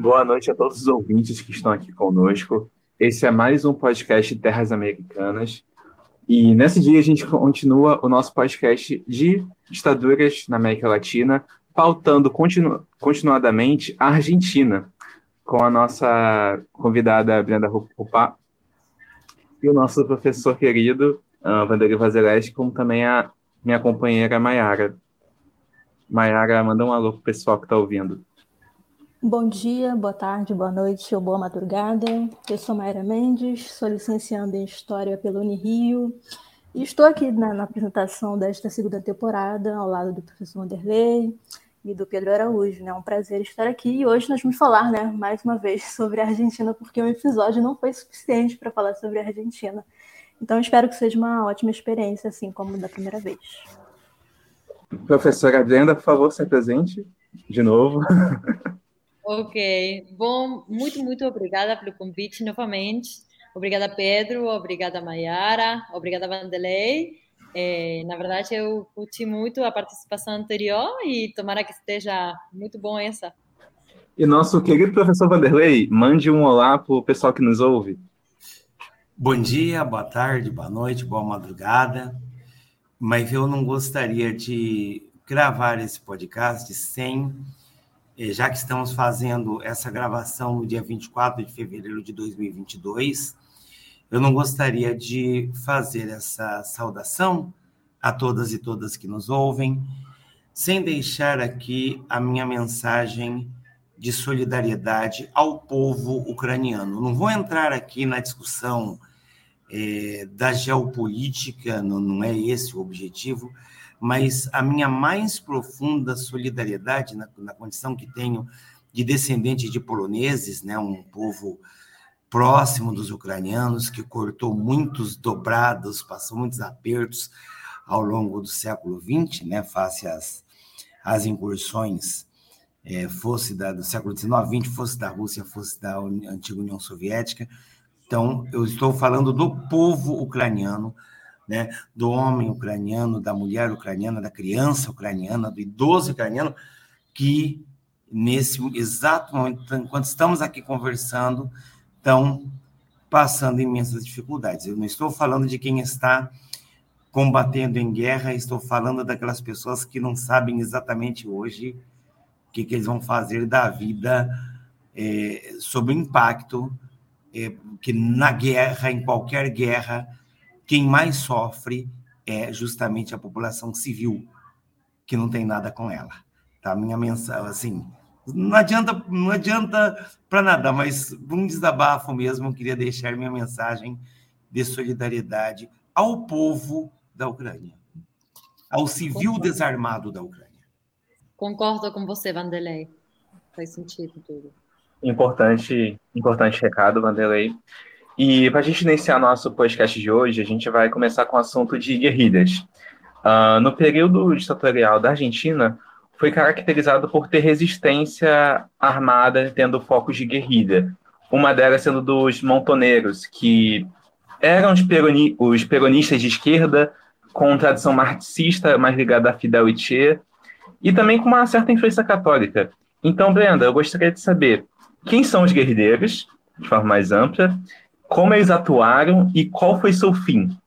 Boa noite a todos os ouvintes que estão aqui conosco. Esse é mais um podcast Terras Americanas. E nesse dia a gente continua o nosso podcast de ditaduras na América Latina, pautando continuadamente a Argentina, com a nossa convidada Brenda Rupá e o nosso professor querido, Vanderlei Vazeleste, como também a minha companheira Maiara. Maiara, manda um alô pro pessoal que está ouvindo. Bom dia, boa tarde, boa noite ou boa madrugada. Eu sou Mayara Mendes, sou licencianda em História pela Unirio e estou aqui na apresentação desta segunda temporada ao lado do professor Vanderlei e do Pedro Araújo. É um prazer estar aqui e hoje nós vamos falar, mais uma vez, sobre a Argentina, porque o episódio não foi suficiente para falar sobre a Argentina. Então espero que seja uma ótima experiência, assim como da primeira vez. Professora Brenda, por favor, se apresente de novo. Ok, bom, muito obrigada pelo convite novamente. Obrigada, Pedro, obrigada, Maiara, obrigada, Vanderlei. Na verdade, eu curti muito a participação anterior e tomara que esteja muito bom essa. E nosso querido professor Vanderlei, mande um olá para o pessoal que nos ouve. Bom dia, boa tarde, boa noite, boa madrugada. Mas eu não gostaria de gravar esse podcast sem... Já que estamos fazendo essa gravação no dia 24 de fevereiro de 2022, eu não gostaria de fazer essa saudação a todas e todas que nos ouvem, sem deixar aqui a minha mensagem de solidariedade ao povo ucraniano. Não vou entrar aqui na discussão da geopolítica, não é esse o objetivo, mas a minha mais profunda solidariedade na condição que tenho de descendente de poloneses, um povo próximo dos ucranianos, que cortou muitos dobrados, passou muitos apertos ao longo do século XX, face às incursões, fosse do século XIX, XX, fosse da Rússia, fosse da antiga União Soviética. Então, eu estou falando do povo ucraniano, do homem ucraniano, da mulher ucraniana, da criança ucraniana, do idoso ucraniano, que nesse exato momento, enquanto estamos aqui conversando, estão passando imensas dificuldades. Eu não estou falando de quem está combatendo em guerra, estou falando daquelas pessoas que não sabem exatamente hoje o que eles vão fazer da vida sob o impacto que na guerra, em qualquer guerra, quem mais sofre é justamente a população civil, que não tem nada com ela. Tá? Minha mensagem, assim, não adianta para nada, mas um desabafo mesmo, eu queria deixar minha mensagem de solidariedade ao povo da Ucrânia, ao civil desarmado da Ucrânia. Concordo com você, Vanderlei. Faz sentido tudo. Importante recado, Vanderlei. E para a gente iniciar nosso podcast de hoje, a gente vai começar com o assunto de guerrilhas. No período ditatorial da Argentina, foi caracterizado por ter resistência armada, tendo focos de guerrilha. Uma delas sendo dos montoneiros, que eram os peronistas de esquerda, com tradição marxista, mais ligada a Fidel e Che, e também com uma certa influência católica. Então, Brenda, eu gostaria de saber quem são os guerrilheiros, de forma mais ampla, como eles atuaram e qual foi seu fim.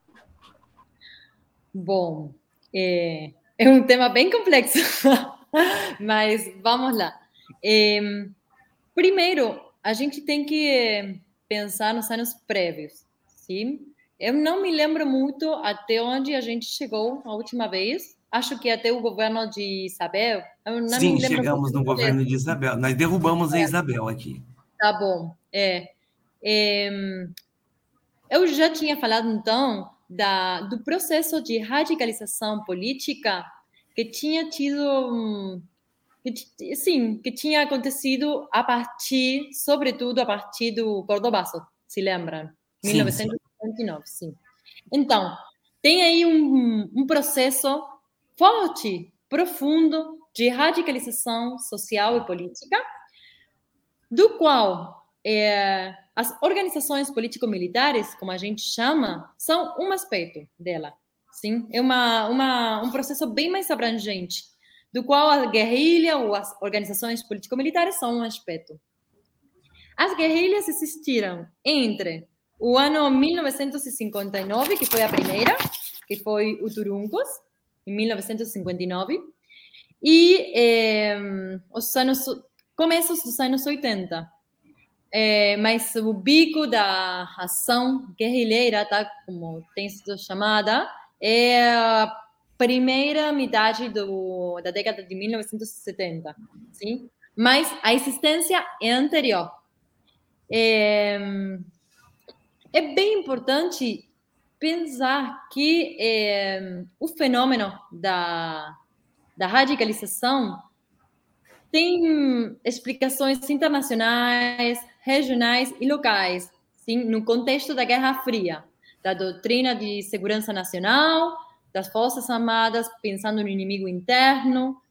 Bom, é um tema bem complexo, mas vamos lá. Primeiro, a gente tem que pensar nos anos prévios, sim? Eu não me lembro muito até onde a gente chegou a última vez. Acho que até o governo de Isabel. Eu não Sim, me lembro chegamos no governo de Isabel. Nós derrubamos a Isabel aqui. Tá bom, eu já tinha falado, então, do processo de radicalização política que tinha tido, que tinha acontecido sobretudo, a partir do Cordobazo, se lembram? Sim, 1979, sim. Então, tem aí um processo forte, profundo, de radicalização social e política, do qual as organizações político-militares, como a gente chama, são um aspecto dela. Sim? É um processo bem mais abrangente, do qual a guerrilha ou as organizações político-militares são um aspecto. As guerrilhas existiram entre o ano 1959, que foi a primeira, que foi o Turuncos, em 1959, e os começos dos anos 80. Mas o bico da ação guerrilheira, tá, como tem sido chamada, é a primeira metade da década de 1970, sim? Mas a existência é anterior. É bem importante pensar que o fenômeno da radicalização tem explicações internacionais, regionais e locais, sim, no contexto da Guerra Fria, da doutrina de segurança nacional, das Forças Armadas, pensando no inimigo interno,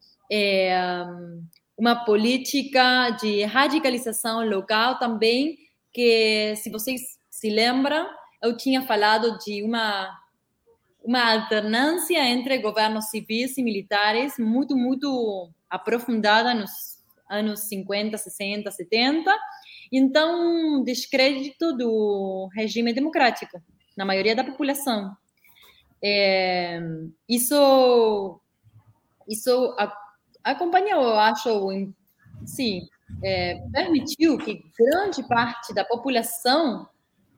uma política de radicalização local também, que, se vocês se lembram, eu tinha falado de uma alternância entre governos civis e militares muito, muito aprofundada nos anos 50, 60, 70. Então, descrédito do regime democrático na maioria da população. Isso acompanhou, eu acho, sim, permitiu que grande parte da população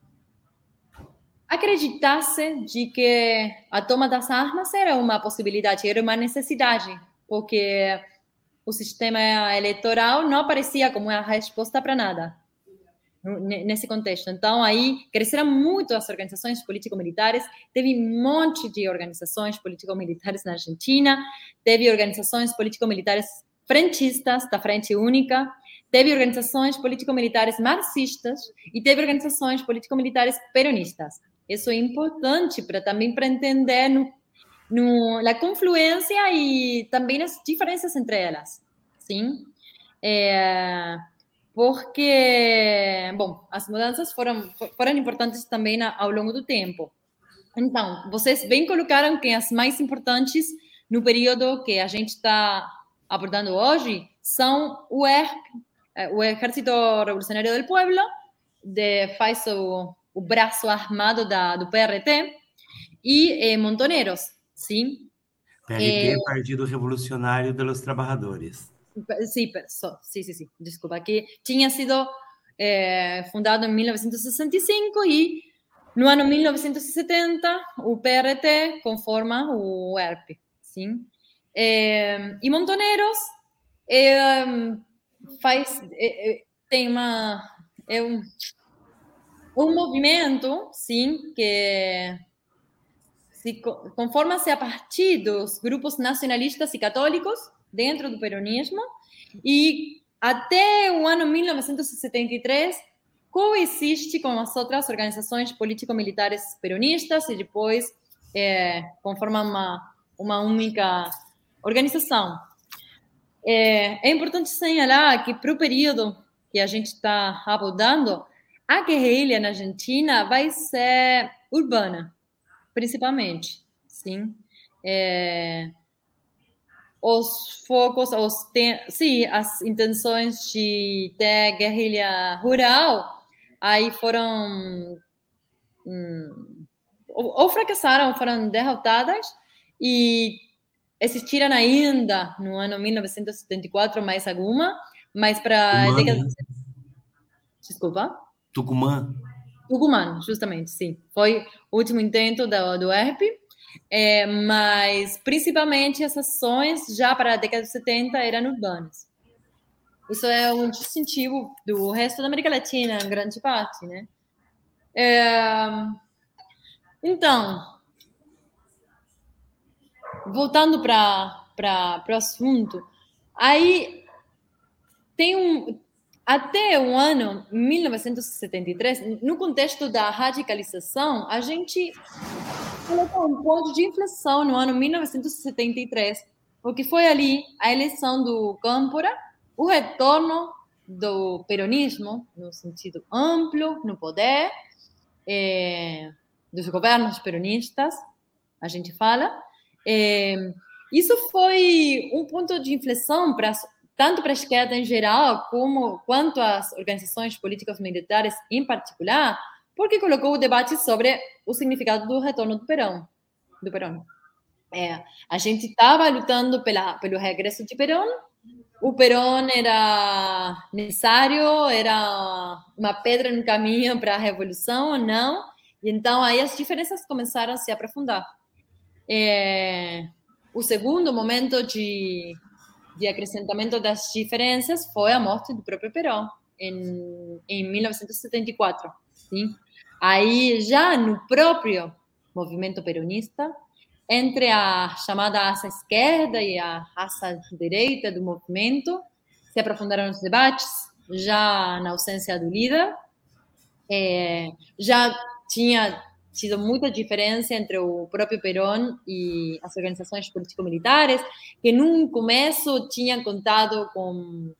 acreditasse de que a toma das armas era uma possibilidade, era uma necessidade, porque o sistema eleitoral não aparecia como uma resposta para nada nesse contexto. Então, aí cresceram muito as organizações político-militares, teve um monte de organizações político-militares na Argentina, teve organizações político-militares frentistas, da Frente Única, teve organizações político-militares marxistas e teve organizações político-militares peronistas. Isso é importante também para entender na confluência e também nas diferenças entre elas, sim? Porque, bom, as mudanças foram importantes também ao longo do tempo. Então, vocês bem colocaram que as mais importantes no período que a gente está abordando hoje são o Exército Revolucionário do Pueblo, faz o braço armado do PRT, e Montoneros, sim? PRT, Partido Revolucionário dos Trabalhadores. Sí, desculpa, que tinha sido fundado em 1965 e no ano 1970 o PRT conforma o ERP, sim? E Montoneros tem um movimento, sim, que conforma-se a partir dos grupos nacionalistas e católicos dentro do peronismo, e até o ano 1973 coexiste com as outras organizações político-militares peronistas e depois conforma uma única organização. É importante señalar que para o período que a gente está abordando, a guerrilha na Argentina vai ser urbana, principalmente, sim? Os focos, as intenções de ter guerrilha rural, aí foram ou fracassaram, foram derrotadas, e existiram ainda no ano 1974 mais alguma, mas para a década... Desculpa? Tucumã, justamente, sim. Foi o último intento do ERP, mas principalmente as ações já para a década de 70 eram urbanas. Isso é um distintivo do resto da América Latina, em grande parte, né? Então, voltando para o assunto, aí tem até o ano 1973, no contexto da radicalização, a gente colocou um ponto de inflexão no ano 1973, porque foi ali a eleição do Câmpora, o retorno do peronismo, no sentido amplo, no poder, dos governos peronistas, a gente fala. Isso foi um ponto de inflexão tanto para a esquerda em geral, quanto às organizações políticas militares em particular, porque colocou o debate sobre o significado do retorno do Perón. A gente estava lutando pelo regresso de Perón. O Perón era necessário, era uma pedra no caminho para a revolução ou não. E então aí as diferenças começaram a se aprofundar. O segundo momento de acrescentamento das diferenças foi a morte do próprio Perón em 1974. Sim? Aí já no próprio movimento peronista, entre a chamada asa esquerda e a asa direita do movimento, se aprofundaram os debates, já na ausência do líder. Já tinha tido muita diferença entre o próprio Perón e as organizações político-militares, que num começo tinham contado com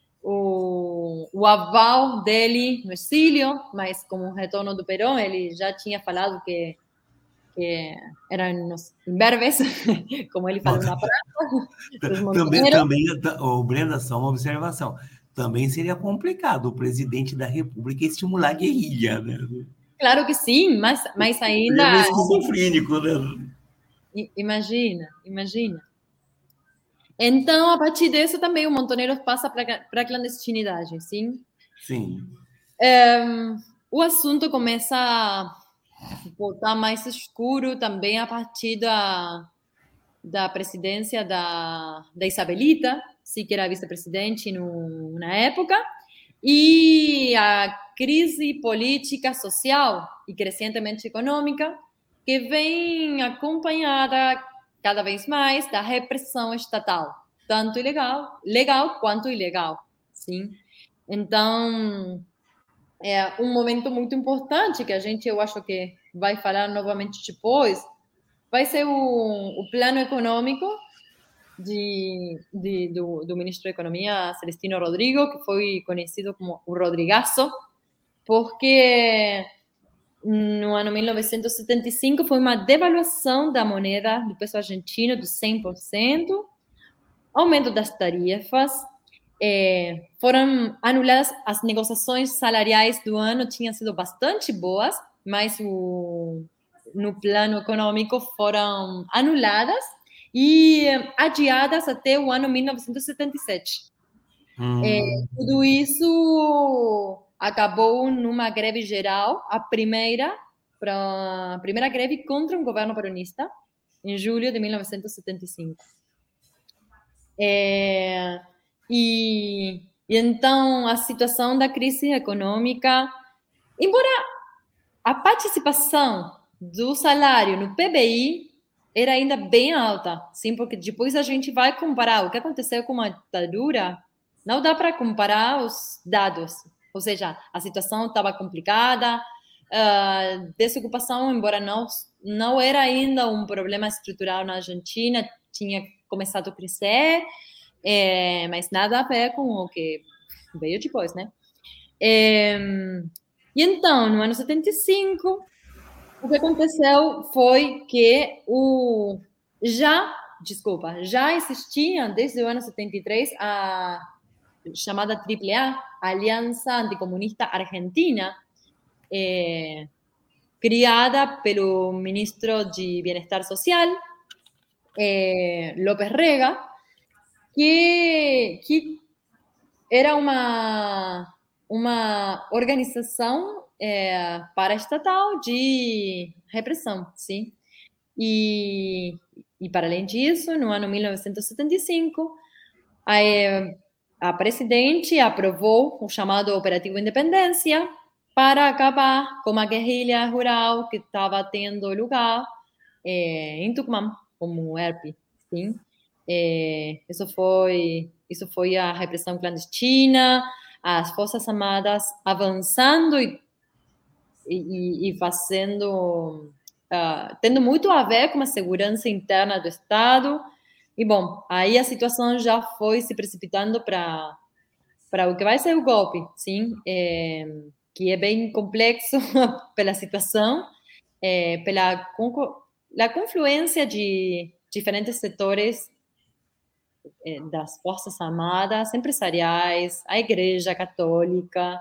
o aval dele no exílio, mas com o retorno do Perón, ele já tinha falado que eram os imberbes, como ele falou na praça. Brenda, só uma observação. Também seria complicado o presidente da República estimular a guerrilha, né? Claro que sim, mas ainda... É esquizofrênico, né? Imagina. Então, a partir disso, também o Montoneros passa para a clandestinidade, sim? Sim. O assunto começa a voltar mais escuro também a partir da presidência da Isabelita, que era vice-presidente na época, e a crise política, social e crescentemente econômica, que vem acompanhada cada vez mais da repressão estatal, tanto legal quanto ilegal, sim? Então, é um momento muito importante que eu acho que vai falar novamente depois, vai ser o plano econômico do ministro da Economia, Celestino Rodrigo, que foi conhecido como o Rodrigazo, porque no ano 1975 foi uma devaluação da moeda do peso argentino de 100%, aumento das tarifas, foram anuladas as negociações salariais do ano, tinham sido bastante boas, mas no plano econômico foram anuladas e adiadas até o ano 1977. Tudo isso acabou numa greve geral, a primeira greve contra um governo peronista, em julho de 1975. E então a situação da crise econômica, embora a participação do salário no PBI era ainda bem alta, sim, porque depois a gente vai comparar o que aconteceu com a ditadura, não dá para comparar os dados, ou seja, a situação estava complicada, desocupação, embora não era ainda um problema estrutural na Argentina, tinha começado a crescer, mas nada a ver com o que veio depois, né? E então, no ano 75, o que aconteceu foi que já existia desde o ano 73 a chamada AAA, Aliança Anticomunista Argentina, criada pelo ministro de Bienestar Social, López Rega, que era uma organização paraestatal de repressão, sim? E para além disso, no ano 1975, a presidente aprovou o chamado Operativo Independência para acabar com a guerrilha rural que estava tendo lugar em Tucumã, como ERP, sim? Isso foi a repressão clandestina, as Forças Armadas avançando e fazendo, tendo muito a ver com a segurança interna do Estado. E, bom, aí a situação já foi se precipitando para o que vai ser o golpe, sim? Que é bem complexo pela situação, pela confluência de diferentes setores das Forças Armadas, empresariais, a Igreja Católica,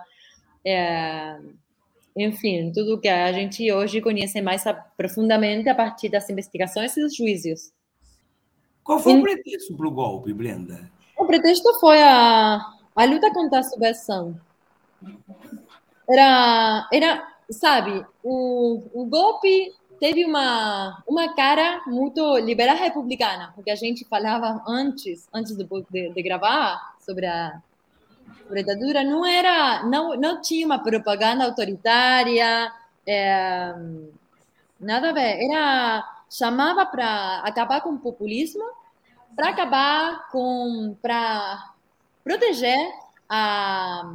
enfim, tudo que a gente hoje conhece mais profundamente a partir das investigações e dos juízos. Qual foi o pretexto para o golpe, Brenda? O pretexto foi a luta contra a subversão. Sabe, o golpe teve uma cara muito liberal republicana, porque a gente falava antes de gravar sobre a ditadura, não tinha uma propaganda autoritária, nada a ver. Chamava para acabar com o populismo, para proteger a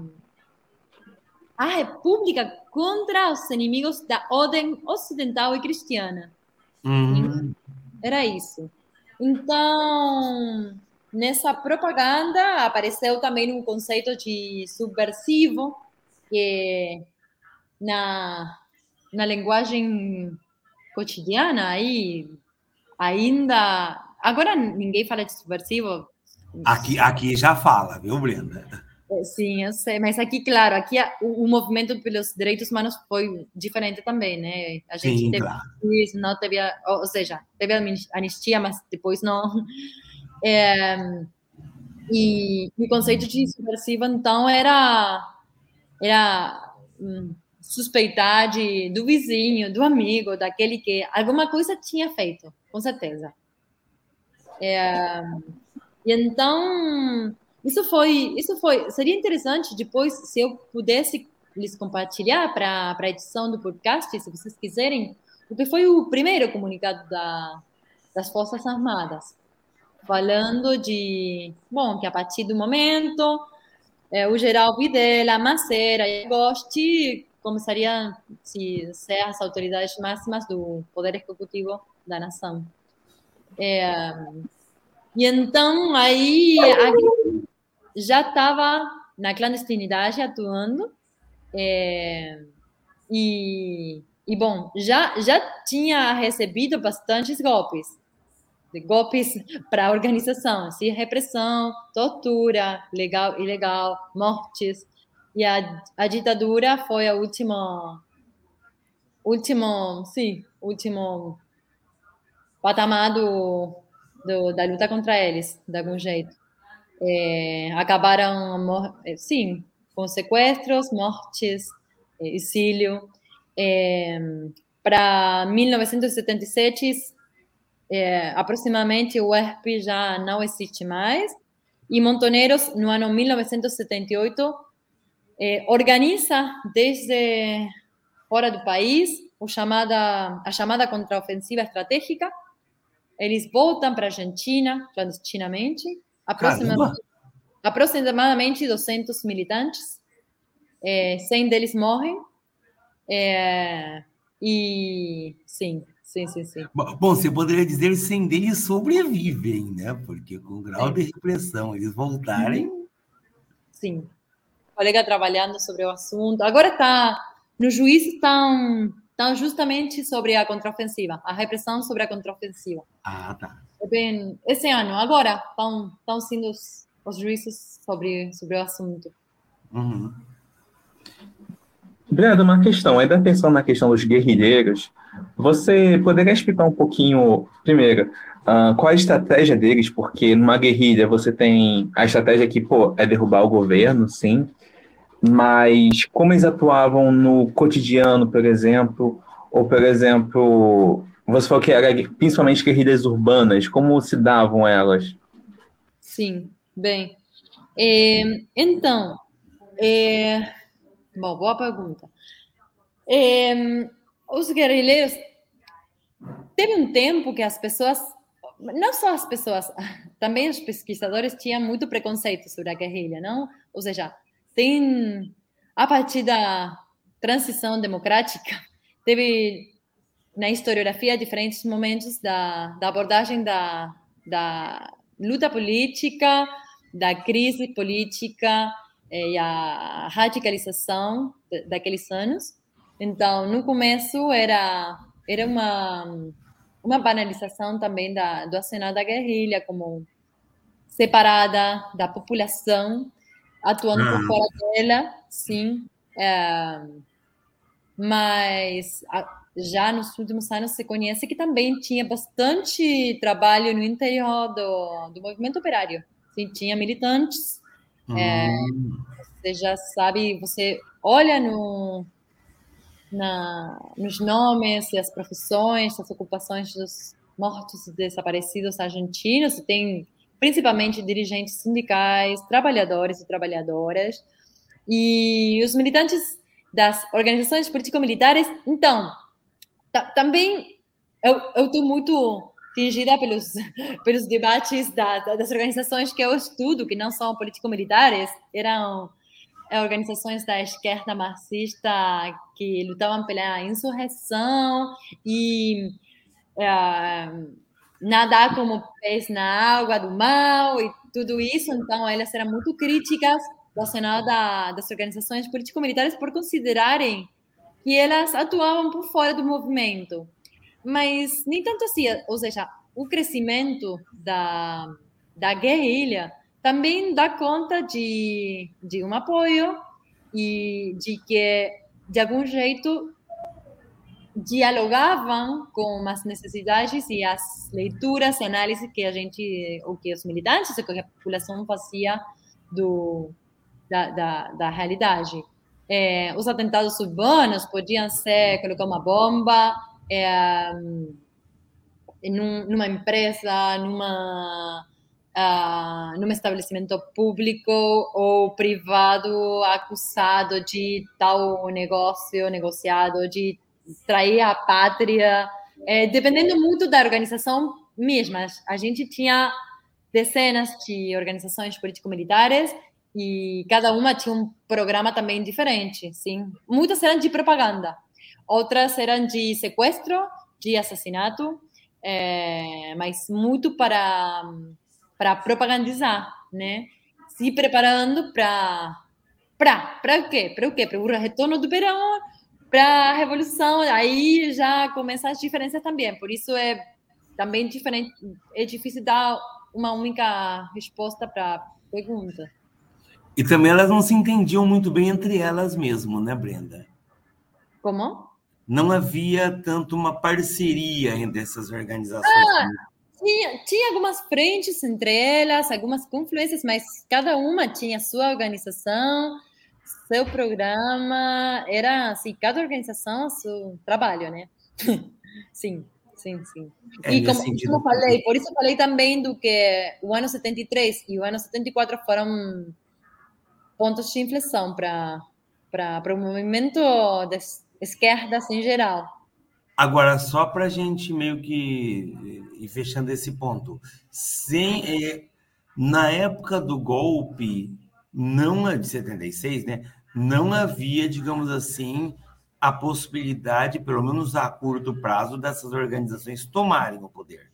República contra os inimigos da ordem ocidental e cristiana. Era isso. Então, nessa propaganda apareceu também um conceito de subversivo, que na linguagem cotidiana aí ainda... Agora ninguém fala de subversivo. Aqui já fala, viu, Brenda? Sim, eu sei, mas aqui, claro, o movimento pelos direitos humanos foi diferente também, né? A gente Sim, teve claro. isso, não teve, ou seja, teve anistia, mas depois não. E o conceito de subversivo, então, era suspeitar do vizinho, do amigo, daquele que alguma coisa tinha feito, com certeza. E então, seria interessante depois, se eu pudesse lhes compartilhar para a edição do podcast, se vocês quiserem, porque foi o primeiro comunicado das Forças Armadas, falando que a partir do momento, o general Videla, Macera e Agosti começariam a ser as autoridades máximas do Poder Executivo da nação. E então, aí, já estava na clandestinidade atuando, bom, já tinha recebido bastantes golpes para a organização, assim, repressão, tortura, legal, ilegal, mortes, e a ditadura foi a último patamar da luta contra eles, de algum jeito. Acabaram, sim, com sequestros, mortes, exílio. Para 1977, aproximadamente, o ERP já não existe mais, e Montoneros, no ano 1978, organiza desde fora do país a chamada contraofensiva estratégica. Eles voltam para a Argentina, clandestinamente, aproximadamente 200 militantes, 100 deles morrem, e sim. Bom, você poderia dizer que 100 deles sobrevivem, né? Porque com o grau de repressão, eles voltarem... Sim. Colega trabalhando sobre o assunto. Agora no juízo estão justamente sobre a contraofensiva, a repressão sobre a contraofensiva. Ah, tá. Esse ano, agora, estão sendo os juízes sobre o assunto. Uhum. Brenda, uma questão, ainda pensando na questão dos guerrilheiros, você poderia explicar um pouquinho, primeiro, qual a estratégia deles? Porque numa guerrilha você tem a estratégia que, é derrubar o governo, sim, mas como eles atuavam no cotidiano, por exemplo, ou, por exemplo, você falou que era principalmente guerrilhas urbanas, como se davam elas? Sim, bem. Então, bom, boa pergunta. Os guerrilheiros, teve um tempo que as pessoas, não só as pessoas, também os pesquisadores tinham muito preconceito sobre a guerrilha, não? Ou seja, a partir da transição democrática, teve na historiografia diferentes momentos da abordagem da luta política, da crise política e a radicalização daqueles anos. Então, no começo era uma banalização também do acionar da guerrilha, como separada da população, atuando por fora dela, sim. Mas já nos últimos anos se conhece que também tinha bastante trabalho no interior do movimento operário. Sim, tinha militantes. Você já sabe, você olha nos nomes e as profissões, as ocupações dos mortos e desaparecidos argentinos, você tem principalmente dirigentes sindicais, trabalhadores e trabalhadoras, e os militantes das organizações político-militares. Então, também eu estou muito tingida pelos debates das organizações que eu estudo, que não são político-militares, eram organizações da esquerda marxista que lutavam pela insurreição e nadar como pés na água do mal e tudo isso. Então, elas eram muito críticas das organizações político-militares por considerarem que elas atuavam por fora do movimento. Mas nem tanto assim, ou seja, o crescimento da guerrilha também dá conta de um apoio e de que, de algum jeito, dialogavam com as necessidades e as leituras e análises que os militantes e que a população fazia da realidade. Os atentados urbanos podiam ser colocar uma bomba numa empresa, num estabelecimento público ou privado acusado de tal negociado, de trair a pátria, dependendo muito da organização mesma. A gente tinha dezenas de organizações político-militares e cada uma tinha um programa também diferente, sim. Muitas eram de propaganda, outras eram de sequestro, de assassinato, mas muito para propagandizar, né? Se preparando para o quê? Para o retorno do verão, para a revolução. Aí já começam as diferenças também. Por isso é também diferente. É difícil dar uma única resposta para a pergunta. E também elas não se entendiam muito bem entre elas mesmo, né, Brenda? Como? Não havia tanto uma parceria entre essas organizações. Tinha algumas frentes entre elas, algumas confluências, mas cada uma tinha sua organização, seu programa, era assim, cada organização seu trabalho, né? Sim. E como eu falei, por isso eu falei também do que o ano 73 e o ano 74 foram pontos de inflexão para o movimento das esquerdas em geral. Agora, só para a gente meio que ir fechando esse ponto, na época do golpe, não de 76, né? Não havia, digamos assim, a possibilidade, pelo menos a curto prazo, dessas organizações tomarem o poder.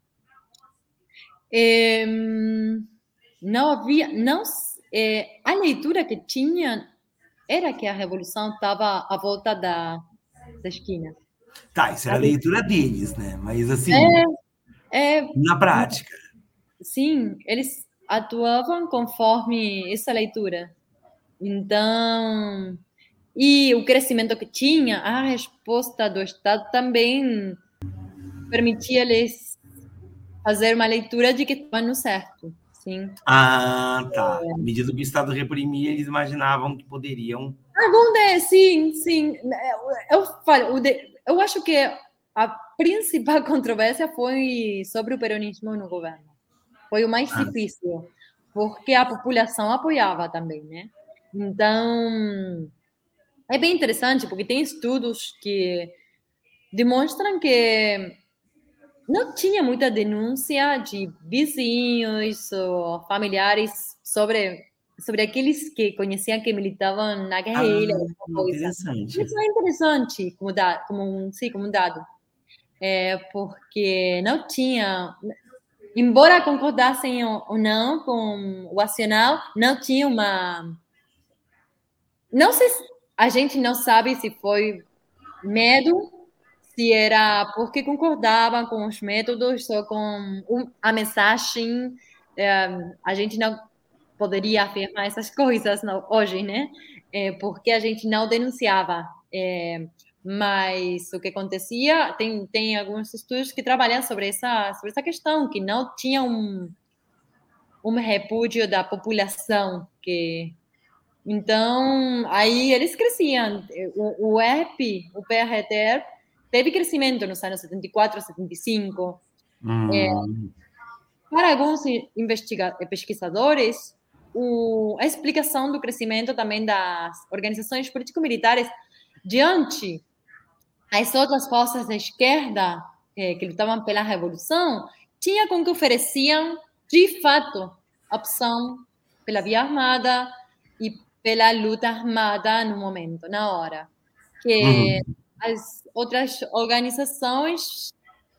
Não havia, a leitura que tinha era que a revolução estava à volta da esquina. Tá, isso era a leitura deles, né? Mas assim, na prática. Sim, eles atuavam conforme essa leitura. Então, e o crescimento que tinha, a resposta do Estado também permitia-lhes fazer uma leitura de que estavam no certo. Sim. Ah, tá. À medida que o Estado reprimia, eles imaginavam que poderiam... Sim. Eu acho que a principal controvérsia foi sobre o peronismo no governo. Foi o mais difícil, porque a população apoiava também, né? Então, é bem interessante, porque tem estudos que demonstram que não tinha muita denúncia de vizinhos ou familiares sobre aqueles que conheciam que militavam na guerrilha. Interessante. Isso é interessante como um dado. Porque não tinha, embora concordassem ou não com o Nacional, não tinha uma... Não sei, a gente não sabe se foi medo, se era porque concordavam com os métodos ou com a mensagem a gente não poderia afirmar essas coisas hoje, né? Porque a gente não denunciava. Mas o que acontecia, tem alguns estudos que trabalham sobre essa questão, que não tinha um repúdio da população. Então, aí eles cresciam. O ERP, o PRTR, teve crescimento nos anos 74, 75. Para alguns pesquisadores, a explicação do crescimento também das organizações político-militares diante as outras forças da esquerda que lutavam pela revolução tinha com que ofereciam, de fato, a opção pela via armada e pela luta armada no momento, na hora. Que as outras organizações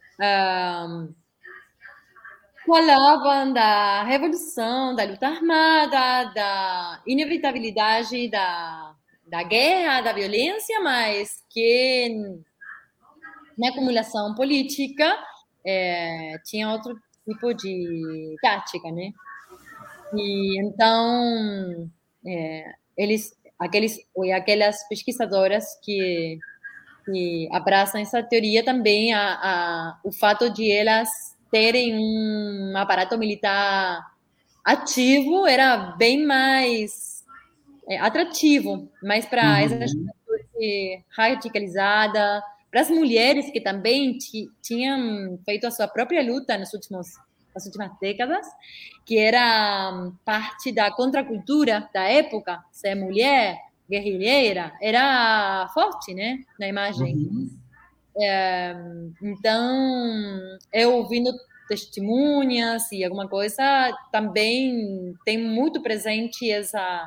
falavam da revolução, da luta armada, da inevitabilidade da guerra, da violência, mas que na acumulação política tinha outro tipo de tática, né? E então aquelas pesquisadoras que abraçam essa teoria também o fato de elas terem um aparato militar ativo era bem mais atrativo, mas para essa juventude radicalizada, para as mulheres que também tinham feito a sua própria luta nas últimas décadas, que era parte da contracultura da época, ser mulher, guerrilheira, era forte, né, na imagem. Então, eu ouvindo testemunhas e alguma coisa, também tem muito presente essa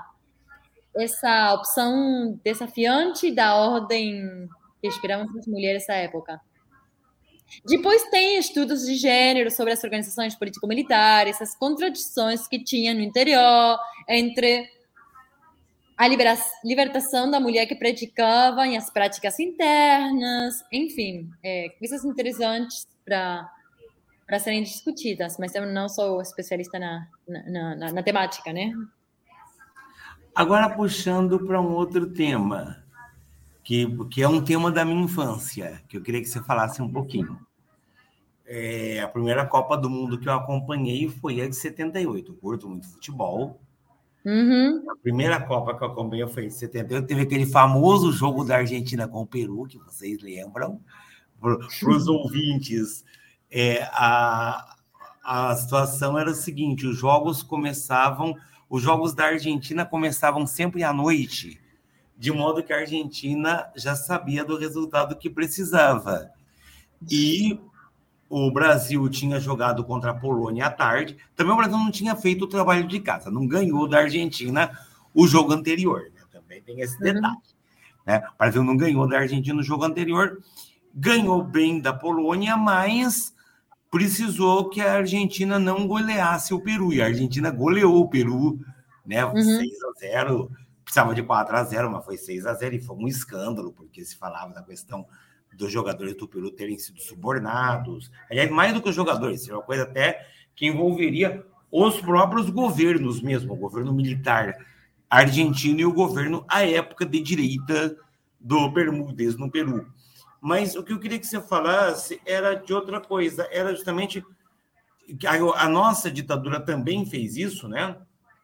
opção desafiante da ordem que inspiravam as mulheres nessa época. Depois tem estudos de gênero sobre as organizações político-militares, as contradições que tinha no interior entre a libertação da mulher que praticava e as práticas internas, enfim, coisas interessantes para serem discutidas, mas eu não sou especialista na temática, né? Agora, puxando para um outro tema, que é um tema da minha infância, que eu queria que você falasse um pouquinho. A primeira Copa do Mundo que eu acompanhei foi a de 78. Eu curto muito futebol. A primeira Copa que eu acompanhei foi em 78. Teve aquele famoso jogo da Argentina com o Peru, que vocês lembram. Para os ouvintes, a situação era o seguinte: os jogos da Argentina começavam sempre à noite, de modo que a Argentina já sabia do resultado que precisava. E o Brasil tinha jogado contra a Polônia à tarde. Também o Brasil não tinha feito o trabalho de casa, não ganhou da Argentina o jogo anterior, né? Também tem esse detalhe. Né? O Brasil não ganhou da Argentina no jogo anterior, ganhou bem da Polônia, mas precisou que a Argentina não goleasse o Peru. E a Argentina goleou o Peru, né? 6-0, precisava de 4-0, mas foi 6-0 e foi um escândalo, porque se falava da questão dos jogadores do Peru terem sido subornados. Aliás, mais do que os jogadores, seria uma coisa até que envolveria os próprios governos mesmo, o governo militar argentino e o governo, à época, de direita do Bermúdez, no Peru. Mas o que eu queria que você falasse era de outra coisa, era justamente que a nossa ditadura também fez isso, né?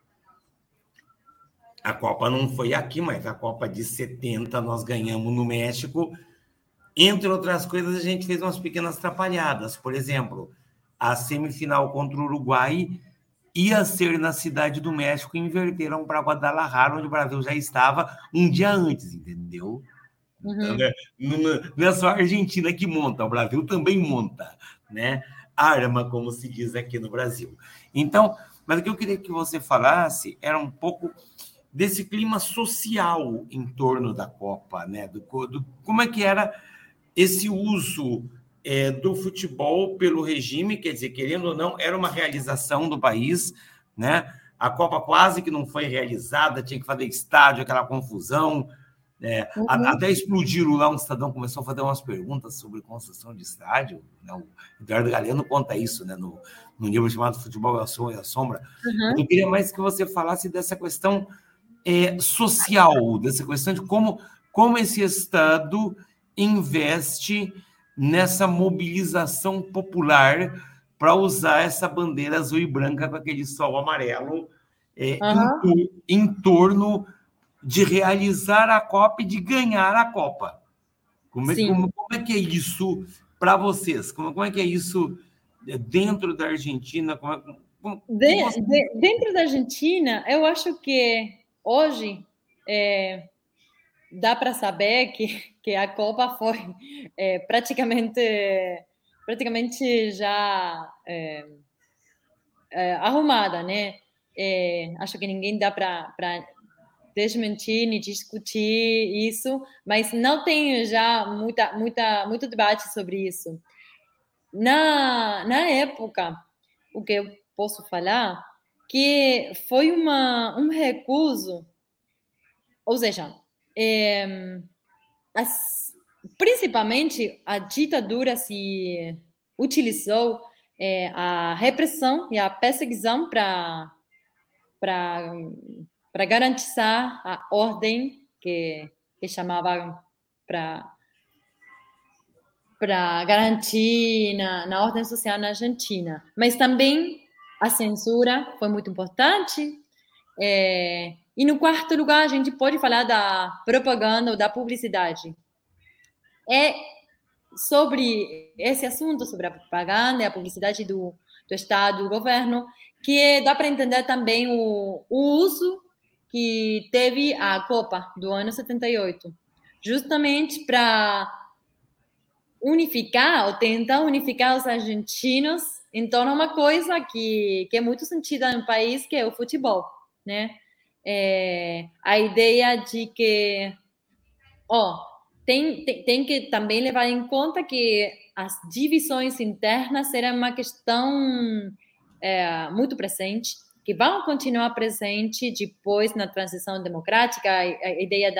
A Copa não foi aqui, mas a Copa de 70 nós ganhamos no México. Entre outras coisas, a gente fez umas pequenas atrapalhadas. Por exemplo, a semifinal contra o Uruguai ia ser na cidade do México e inverteram para Guadalajara, onde o Brasil já estava um dia antes, entendeu? Não é só a Argentina que monta, o Brasil também monta, né? Arma, como se diz aqui no Brasil. Então, mas o que eu queria que você falasse era um pouco desse clima social em torno da Copa, né? Como é que era esse uso do futebol pelo regime, quer dizer, querendo ou não, era uma realização do país, né? A Copa quase que não foi realizada, tinha que fazer estádio, aquela confusão, Até explodiram lá, um cidadão começou a fazer umas perguntas sobre construção de estádio, né? O Eduardo Galeano conta isso, né? No livro chamado Futebol e a Sombra. Eu queria mais que você falasse dessa questão social, dessa questão de como esse Estado investe nessa mobilização popular para usar essa bandeira azul e branca com aquele sol amarelo em torno de realizar a Copa e de ganhar a Copa. Como é que é isso para vocês? Como é que é isso dentro da Argentina? Dentro da Argentina, eu acho que hoje dá para saber que a Copa foi praticamente já arrumada, né? Acho que ninguém dá para desmentir nem discutir isso, mas não tem já muito debate sobre isso. Na época, o que eu posso falar que foi um recuso, ou seja, principalmente a ditadura se utilizou a repressão e a perseguição para garantizar a ordem que chamavam para garantir na ordem social na Argentina. Mas também a censura foi muito importante. E no quarto lugar, a gente pode falar da propaganda ou da publicidade. Sobre esse assunto, sobre a propaganda e a publicidade do Estado, do governo, que dá para entender também o uso que teve a Copa do ano 78, justamente para unificar ou tentar unificar os argentinos em torno de uma coisa que é muito sentida no país, que é o futebol, né? A ideia de que tem que também levar em conta que as divisões internas eram uma questão muito presente, que vão continuar presente depois na transição democrática, a ideia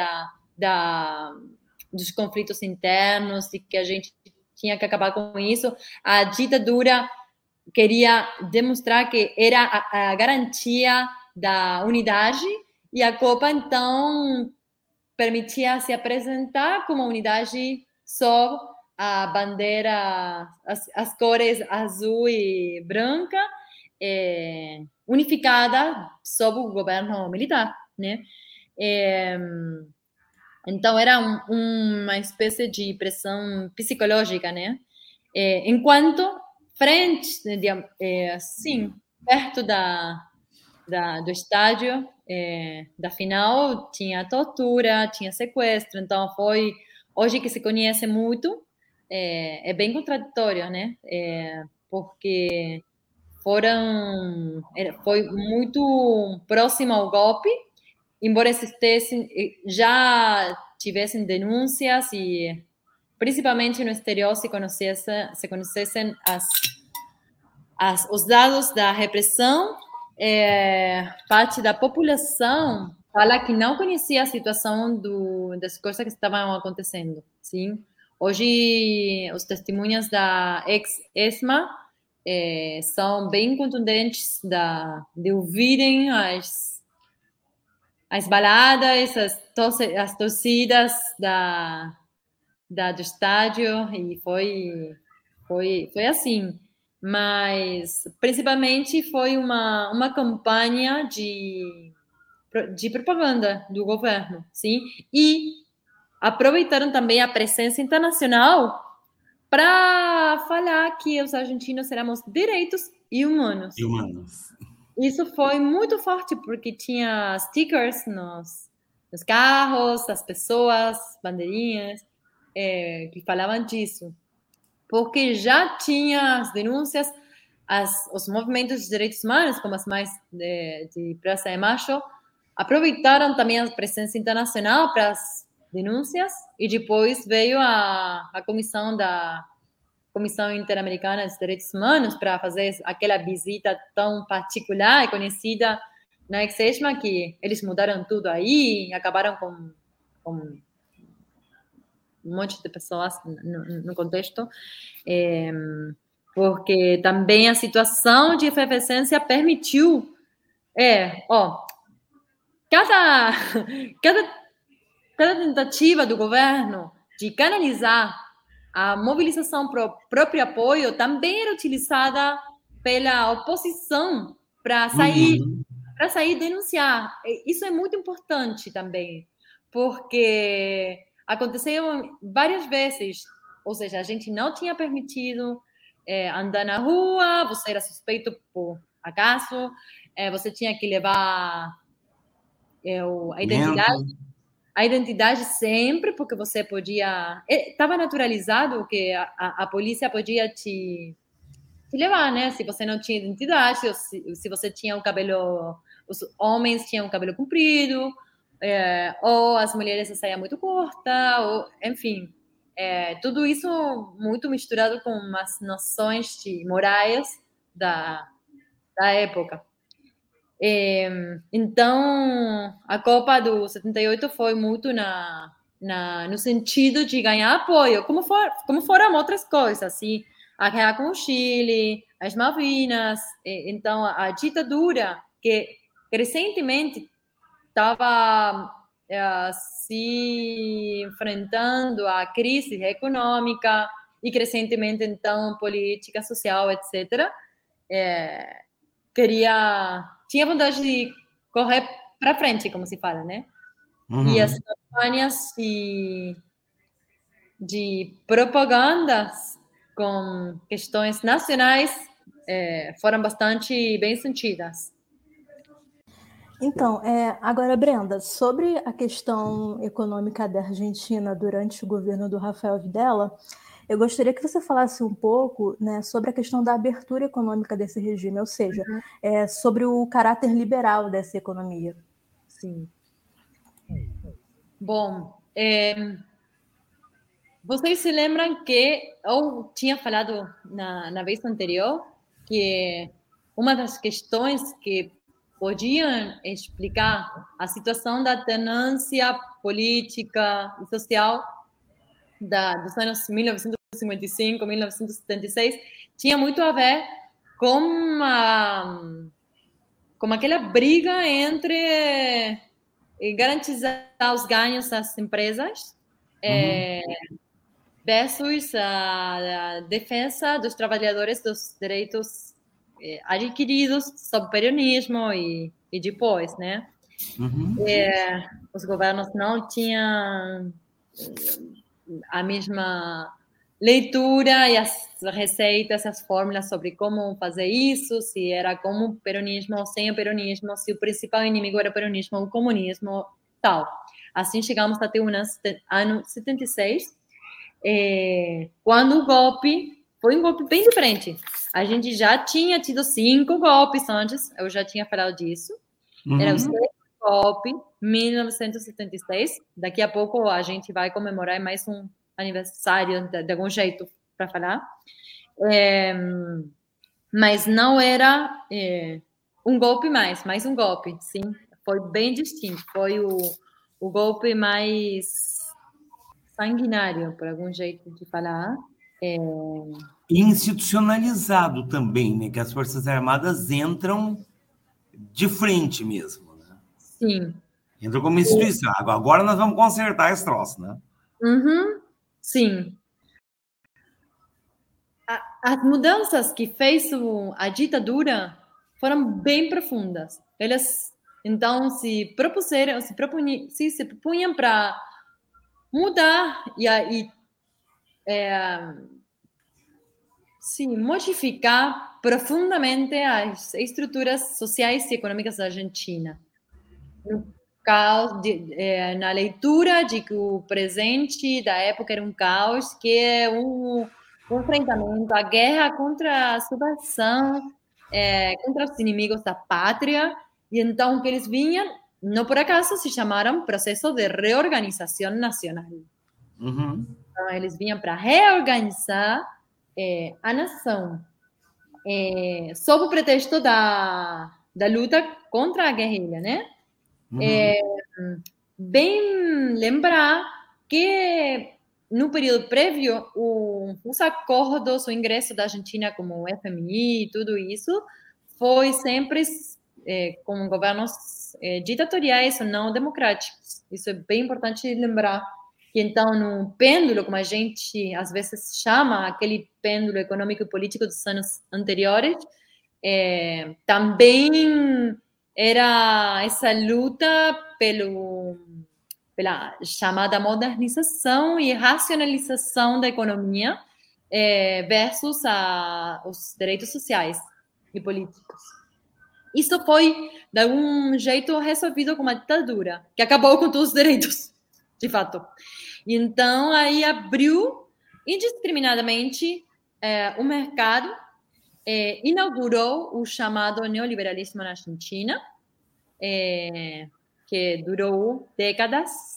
dos conflitos internos e que a gente tinha que acabar com isso. A ditadura queria demonstrar que era a garantia da unidade e a Copa, então, permitia se apresentar como unidade só a bandeira, as cores azul e branca, unificada sob o governo militar, né? Então, era uma espécie de pressão psicológica, né? Enquanto, assim, perto do estádio, da final, tinha tortura, tinha sequestro. Então, hoje que se conhece muito, é bem contraditório, né? Porque foi muito próximo ao golpe, embora já tivessem denúncias e, principalmente no exterior, se conhecessem os dados da repressão. Parte da população fala que não conhecia a situação das coisas que estavam acontecendo. Sim? Hoje, os testemunhos da ex-ESMA são bem contundentes de ouvirem as baladas, as torcidas do estádio, e foi assim. Mas, principalmente, foi uma campanha de propaganda do governo, sim? E aproveitaram também a presença internacional para falar que os argentinos éramos direitos e humanos. Isso foi muito forte, porque tinha stickers nos carros, as pessoas, bandeirinhas, que falavam disso. Porque já tinha as denúncias, os movimentos de direitos humanos, como as mais de Praça de Mayo, aproveitaram também a presença internacional para as denúncias, e depois veio a Comissão Interamericana dos Direitos Humanos para fazer aquela visita tão particular e conhecida na Exesma, que eles mudaram tudo aí, acabaram com um monte de pessoas no contexto, porque também a situação de efervescência permitiu, cada tentativa do governo de canalizar a mobilização para o próprio apoio também era utilizada pela oposição para sair denunciar. Isso é muito importante também, porque aconteceu várias vezes, ou seja, a gente não tinha permitido andar na rua, você era suspeito por acaso, você tinha que levar a identidade sempre, porque você podia... Estava naturalizado que a polícia podia te levar, né? Se você não tinha identidade, ou se você tinha o cabelo... Os homens tinham o cabelo comprido, ou as mulheres a saia muito curta, ou, enfim. Tudo isso muito misturado com umas noções morais da época. Então, a Copa do 78 foi muito no sentido de ganhar apoio, como foram outras coisas, assim, a guerra com o Chile, as Malvinas. Então, a ditadura, que recentemente estava se enfrentando à crise econômica e recentemente, então, política social, etc., tinha vontade de correr para frente, como se fala, né? E as campanhas de propagandas com questões nacionais foram bastante bem sentidas. Então, agora, Brenda, sobre a questão econômica da Argentina durante o governo do Rafael Videla, eu gostaria que você falasse um pouco, né, sobre a questão da abertura econômica desse regime, ou seja, sobre o caráter liberal dessa economia. Sim. Bom, vocês se lembram que eu tinha falado na vez anterior que uma das questões que podiam explicar a situação da alternância política e social dos anos 1955, 1976, tinha muito a ver com aquela briga entre garantizar os ganhos das empresas versus a defesa dos trabalhadores dos direitos adquiridos sob peronismo e depois, né? Os governos não tinham a mesma leitura e as receitas, as fórmulas sobre como fazer isso, se era como o peronismo ou sem o peronismo, se o principal inimigo era o peronismo ou o comunismo, tal. Assim chegamos até o ano 76, quando o golpe foi um golpe bem diferente. A gente já tinha tido 5 golpes antes, eu já tinha falado disso. Era o 6º golpe, 1976. Daqui a pouco a gente vai comemorar mais um aniversário, de algum jeito, para falar. Mas não era um golpe mais um golpe, sim. Foi bem distinto. Foi o golpe mais sanguinário, por algum jeito de falar. Institucionalizado também, né? Que as Forças Armadas entram de frente mesmo, né? Sim. Entram como instituição. Agora nós vamos consertar esse troço, né? Sim. As mudanças que fez a ditadura foram bem profundas. Elas, então, se propunham para mudar e modificar profundamente as estruturas sociais e econômicas da Argentina. Na leitura de que o presente da época era um caos, que é um enfrentamento, a guerra contra a subversão, contra os inimigos da pátria, e então que eles vinham, não por acaso se chamaram processo de reorganização nacional. Então, eles vinham para reorganizar a nação, sob o pretexto da luta contra a guerrilha, né? Bem lembrar que no período prévio, os acordos, o ingresso da Argentina como FMI, tudo isso, foi sempre com governos ditatoriais ou não democráticos. Isso é bem importante lembrar. E então, no pêndulo, como a gente às vezes chama, aquele pêndulo econômico e político dos anos anteriores, também era essa luta pela chamada modernização e racionalização da economia versus os direitos sociais e políticos. Isso foi, de algum jeito, resolvido com uma ditadura, que acabou com todos os direitos, de fato. Então, aí abriu indiscriminadamente o mercado, inaugurou o chamado neoliberalismo na Argentina, que durou décadas.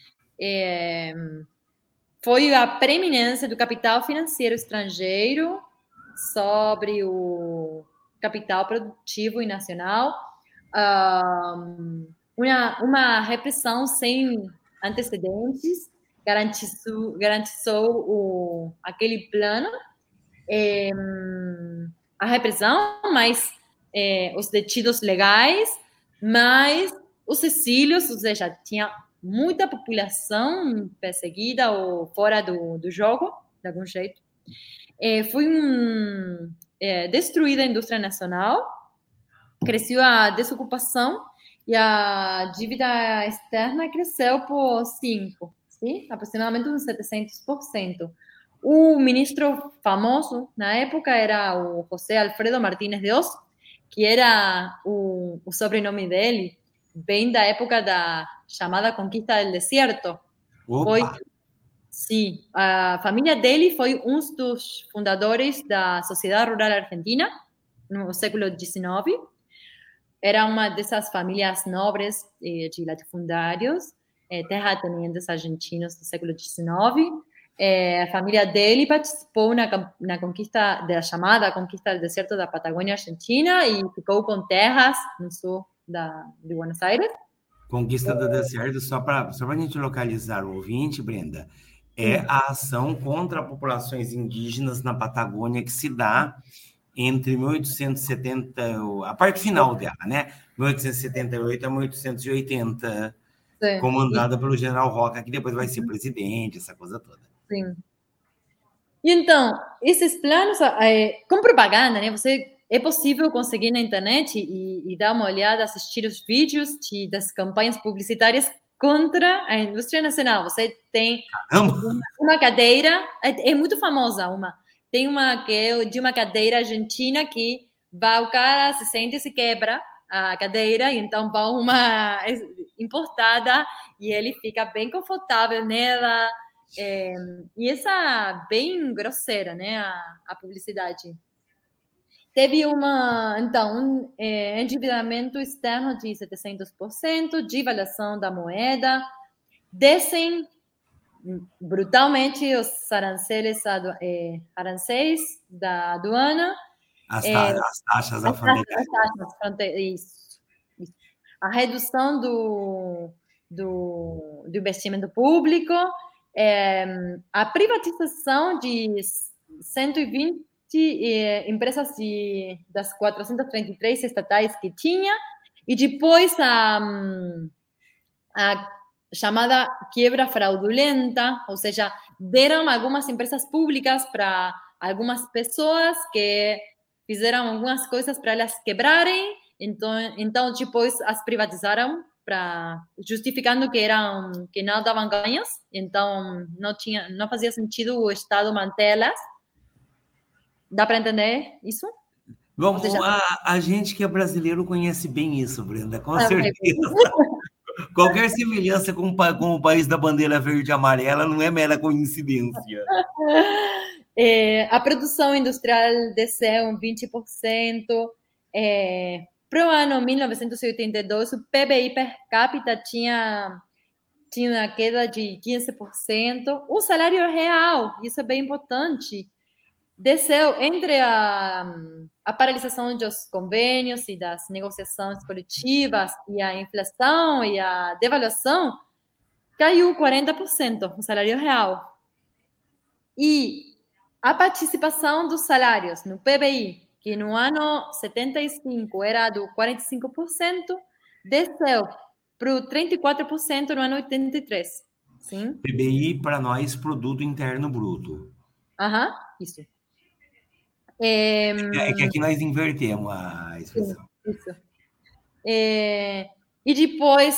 Foi a preeminência do capital financeiro estrangeiro sobre o capital produtivo e nacional, uma repressão sem antecedentes, garantizou aquele plano, a repressão, mas os detidos legais, mas os exílios, ou seja, tinha muita população perseguida ou fora do jogo, de algum jeito. Foi destruída a indústria nacional, cresceu a desocupação e a dívida externa cresceu por 5, sim? Aproximadamente uns 700%. O ministro famoso na época era o José Alfredo Martínez de Hoz, que era o sobrenome dele, bem da época da chamada Conquista del Desierto. Sim, a família dele foi um dos fundadores da Sociedade Rural Argentina no século XIX. Era uma dessas famílias nobres de latifundários, terratenientes argentinos do século XIX. A família dele participou na conquista da chamada Conquista do Deserto da Patagônia Argentina e ficou com terras no sul de Buenos Aires. Conquista do Deserto, só para a gente localizar o ouvinte, Brenda, a ação contra populações indígenas na Patagônia que se dá entre 1870, a parte final dela, né? 1878 a 1880, sim, comandada pelo general Roca, que depois vai ser presidente, essa coisa toda. Sim. E então, esses planos, com propaganda, né? É possível conseguir na internet e dar uma olhada, assistir os vídeos das campanhas publicitárias contra a indústria nacional. Você tem uma cadeira, é muito famosa tem uma que é de uma cadeira argentina que o cara se sente e se quebra a cadeira, e então vai uma importada e ele fica bem confortável nela. E essa bem grosseira, né, a publicidade. Teve um endividamento externo de 700%, devaluação da moeda, descem brutalmente os aranceis da aduana. As taxas alfandegárias. Isso. A redução do investimento público, a privatização de 120 empresas das 433 estatais que tinha, e depois a chamada quebra fraudulenta, ou seja, deram algumas empresas públicas para algumas pessoas que fizeram algumas coisas para elas quebrarem, então depois as privatizaram, justificando que não davam ganhos, então não fazia sentido o Estado mantê-las. Dá para entender isso? Bom, a gente que é brasileiro conhece bem isso, Brenda, com certeza. Qualquer semelhança com o país da bandeira verde e amarela não é mera coincidência. A produção industrial desceu 20%. Para o ano 1982, o PBI per capita tinha uma queda de 15%. O salário real, isso é bem importante, desceu entre a paralisação dos convênios e das negociações coletivas e a inflação e a devaluação, caiu 40% o salário real. E a participação dos salários no PBI, que no ano 75 era do 45%, desceu para o 34% no ano 83. Sim? PBI, para nós, Produto Interno Bruto. Isso. É que aqui nós invertemos a expressão. Isso. E depois,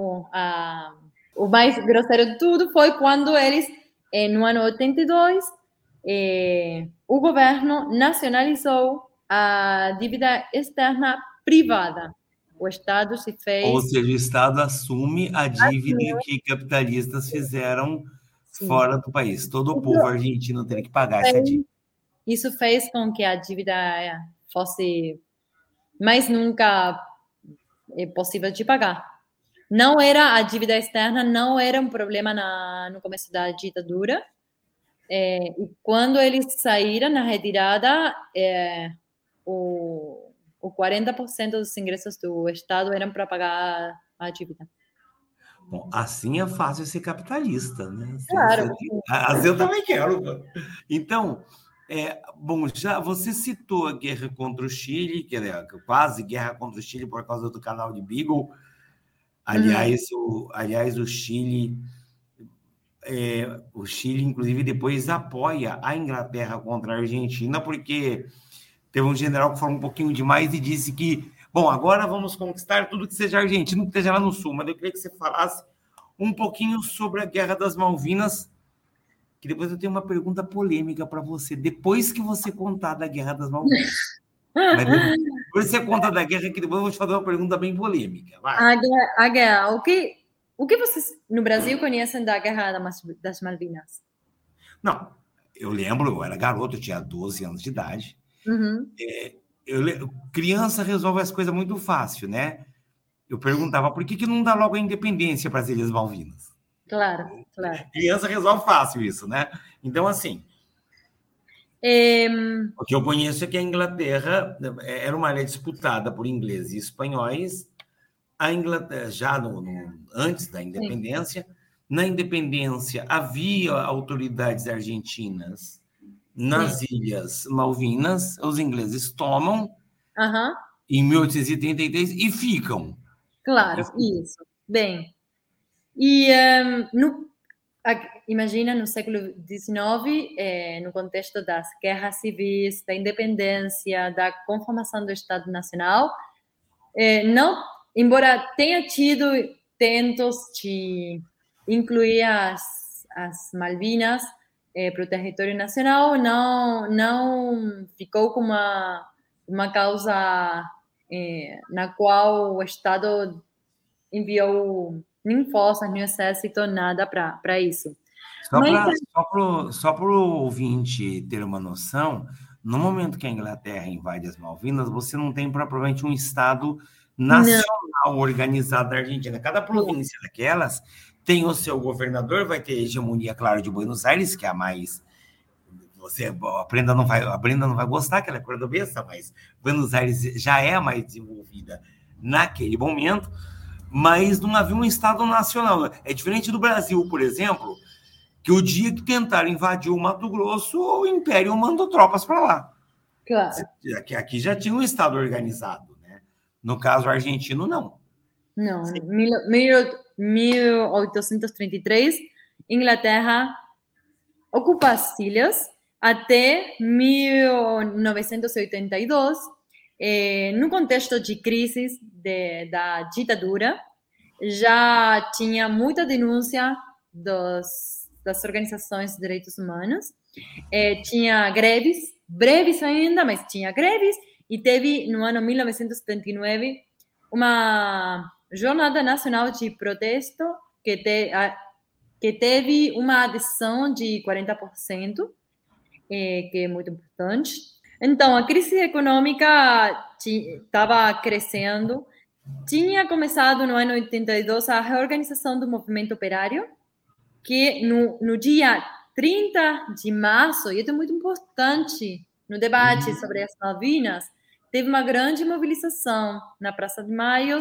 o mais grosseiro de tudo foi quando eles, no ano 82, o governo nacionalizou a dívida externa privada. O Estado se fez... Ou seja, o Estado assume a dívida que capitalistas fizeram fora do país. Todo o povo argentino teria que pagar essa dívida. Isso fez com que a dívida fosse mais nunca possível de pagar. Não era a dívida externa, não era um problema no começo da ditadura. E quando eles saíram na retirada, o 40% dos ingressos do Estado eram para pagar a dívida. Bom, assim é fácil ser capitalista, né? Claro. Assim eu também quero. Então, bom, já você citou a guerra contra o Chile, que é quase guerra contra o Chile por causa do canal de Beagle. Aliás, o Chile, inclusive, depois apoia a Inglaterra contra a Argentina, porque teve um general que falou um pouquinho demais e disse que, bom, agora vamos conquistar tudo que seja argentino, que esteja lá no sul. Mas eu queria que você falasse um pouquinho sobre a Guerra das Malvinas, que depois eu tenho uma pergunta polêmica para você, depois que você contar da Guerra das Malvinas. Mas depois você conta da guerra, que depois eu vou te fazer uma pergunta bem polêmica. Vai. A guerra, o que vocês no Brasil conhecem da Guerra das Malvinas? Não, eu lembro, eu era garoto, eu tinha 12 anos de idade. Criança resolve as coisas muito fácil, né? Eu perguntava por que não dá logo a independência para as Ilhas Malvinas? Claro. Criança resolve fácil isso, né? Então, assim, o que eu conheço é que a Inglaterra era uma área disputada por ingleses e espanhóis. A Inglaterra, já antes da independência, na independência havia autoridades argentinas nas Ilhas Malvinas, os ingleses tomam em 1833 e ficam. Claro, isso. Bem, e imagina no século XIX, no contexto das guerras civis, da independência, da conformação do Estado Nacional, embora tenha tido tentos de incluir as Malvinas para o território nacional, não ficou como uma causa na qual o Estado enviou nem forças, nem exército, nada para isso. Só para o ouvinte ter uma noção, no momento que a Inglaterra invade as Malvinas, você não tem propriamente um Estado nacional organizado da Argentina. Cada província daquelas tem o seu governador, vai ter hegemonia, claro, de Buenos Aires, que é a mais... A Brenda não vai gostar, que ela é cordobesa, mas Buenos Aires já é a mais desenvolvida naquele momento, mas não havia um Estado nacional. É diferente do Brasil, por exemplo, que o dia que tentaram invadir o Mato Grosso, o Império mandou tropas para lá. Claro. Aqui já tinha um Estado organizado, né? No caso argentino, não. Não, em 1833, Inglaterra ocupa as ilhas até 1982, no contexto de crise da ditadura. Já tinha muita denúncia das organizações de direitos humanos, tinha greves, breves ainda, mas tinha greves, e teve, no ano 1979, uma jornada nacional de protesto que teve uma adesão de 40%, que é muito importante. Então, a crise econômica estava crescendo. Tinha começado no ano 82 a reorganização do movimento operário, que no dia 30 de março, e isso é muito importante no debate sobre as Malvinas, teve uma grande mobilização na Praça de Maio,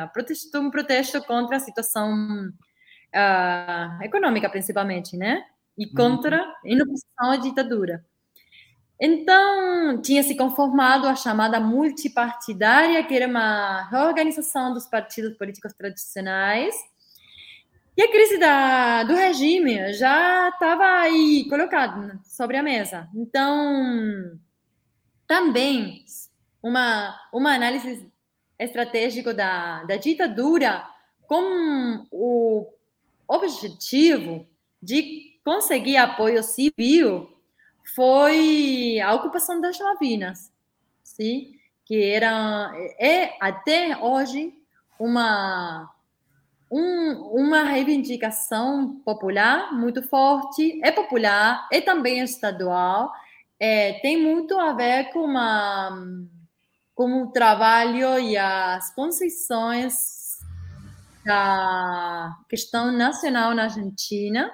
um protesto contra a situação econômica, principalmente, né? e em oposição à ditadura. Então, tinha se conformado a chamada multipartidária, que era uma reorganização dos partidos políticos tradicionais. E a crise do regime já estava aí colocada sobre a mesa. Então, também uma análise estratégica da ditadura com o objetivo de conseguir apoio civil foi a ocupação das Malvinas, sim? Que é até hoje uma reivindicação popular muito forte, é popular, é também estadual, tem muito a ver com o trabalho e as concessões da questão nacional na Argentina,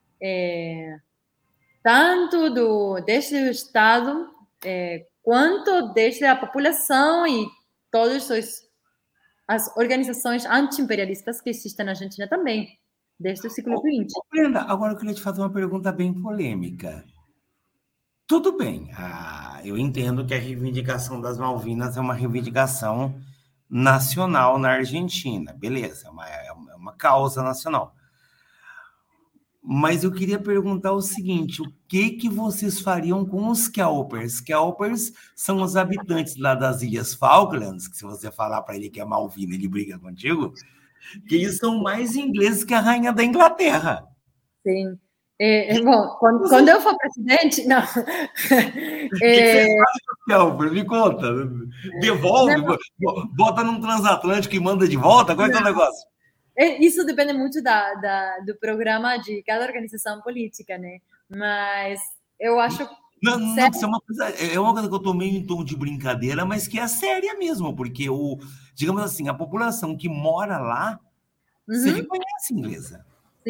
tanto desde o Estado quanto desde a população e todas as organizações anti-imperialistas que existem na Argentina também, desde o século XX. Brenda, agora eu queria te fazer uma pergunta bem polêmica. Tudo bem, eu entendo que a reivindicação das Malvinas é uma reivindicação nacional na Argentina, beleza, é uma causa nacional. Mas eu queria perguntar o seguinte, o que vocês fariam com os Kelpers? Kelpers são os habitantes lá das Ilhas Falklands, que se você falar para ele que é Malvina, ele briga contigo, que eles são mais ingleses que a rainha da Inglaterra. Sim. Bom, quando eu for presidente, não. O que você faz com os Kelpers? Me conta. Devolve, bota num transatlântico e manda de volta? Qual é o negócio? Isso depende muito do programa de cada organização política, né? Mas eu acho... Não, isso é uma coisa que eu tô meio em tom de brincadeira, mas que é séria mesmo, porque, digamos assim, a população que mora lá se reconhece inglesa.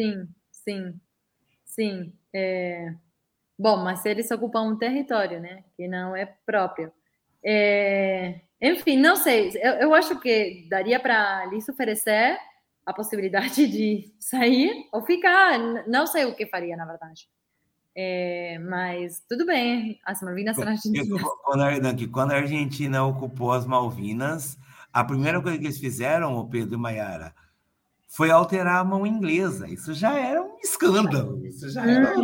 Sim. Bom, mas eles ocupam um território, né? Que não é próprio. Enfim, não sei. Eu acho que daria para lhes oferecer a possibilidade de sair ou ficar. Não sei o que faria, na verdade. Mas tudo bem, as Malvinas são argentinas. Quando a Argentina ocupou as Malvinas, a primeira coisa que eles fizeram, o Pedro e Maiara, foi alterar a mão inglesa. Isso já era um escândalo. Isso já era...